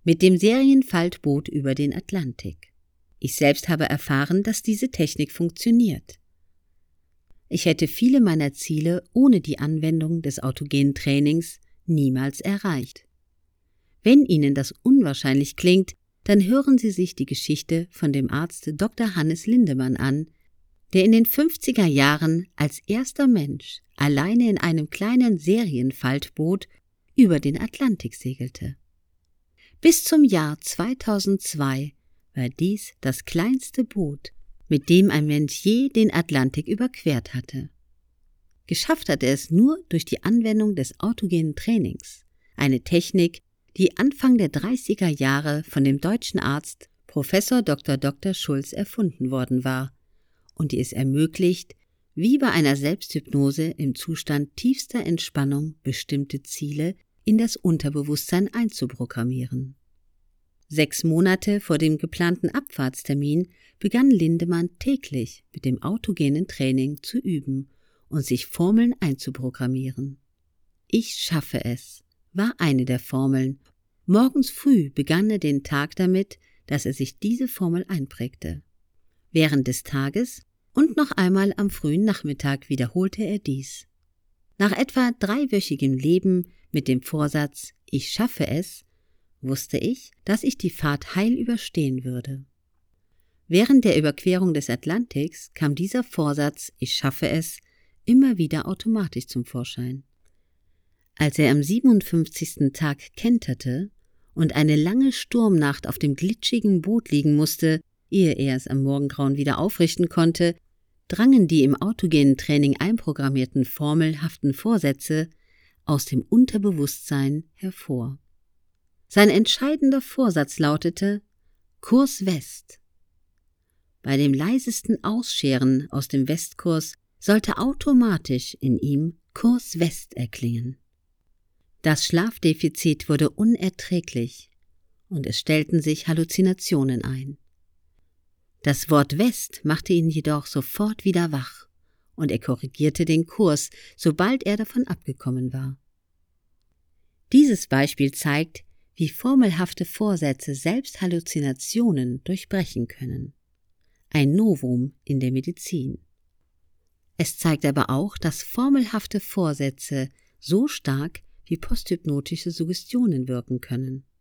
mit dem Serienfaltboot über den Atlantik. Ich selbst habe erfahren, dass diese Technik funktioniert. Ich hätte viele meiner Ziele ohne die Anwendung des autogenen Trainings niemals erreicht. Wenn Ihnen das unwahrscheinlich klingt, dann hören Sie sich die Geschichte von dem Arzt Dr. Hannes Lindemann an, der in den 50er Jahren als erster Mensch alleine in einem kleinen Serienfaltboot über den Atlantik segelte. Bis zum Jahr 2002 war dies das kleinste Boot, mit dem ein Mensch je den Atlantik überquert hatte. Geschafft hatte es nur durch die Anwendung des autogenen Trainings, eine Technik, die Anfang der 30er Jahre von dem deutschen Arzt Prof. Dr. Schulz erfunden worden war und die es ermöglicht, wie bei einer Selbsthypnose im Zustand tiefster Entspannung bestimmte Ziele in das Unterbewusstsein einzuprogrammieren. 6 Monate vor dem geplanten Abfahrtstermin begann Lindemann täglich mit dem autogenen Training zu üben und sich Formeln einzuprogrammieren. Ich schaffe es war eine der Formeln. Morgens früh begann er den Tag damit, dass er sich diese Formel einprägte. Während des Tages und noch einmal am frühen Nachmittag wiederholte er dies. Nach etwa 3-wöchigem Leben mit dem Vorsatz »Ich schaffe es«, wusste ich, dass ich die Fahrt heil überstehen würde. Während der Überquerung des Atlantiks kam dieser Vorsatz »Ich schaffe es« immer wieder automatisch zum Vorschein. Als er am 57. Tag kenterte und eine lange Sturmnacht auf dem glitschigen Boot liegen musste, ehe er es am Morgengrauen wieder aufrichten konnte, drangen die im autogenen Training einprogrammierten formelhaften Vorsätze aus dem Unterbewusstsein hervor. Sein entscheidender Vorsatz lautete »Kurs West«. Bei dem leisesten Ausscheren aus dem Westkurs sollte automatisch in ihm »Kurs West« erklingen. Das Schlafdefizit wurde unerträglich und es stellten sich Halluzinationen ein. Das Wort West machte ihn jedoch sofort wieder wach und er korrigierte den Kurs, sobald er davon abgekommen war. Dieses Beispiel zeigt, wie formelhafte Vorsätze selbst Halluzinationen durchbrechen können. Ein Novum in der Medizin. Es zeigt aber auch, dass formelhafte Vorsätze so stark wie posthypnotische Suggestionen wirken können.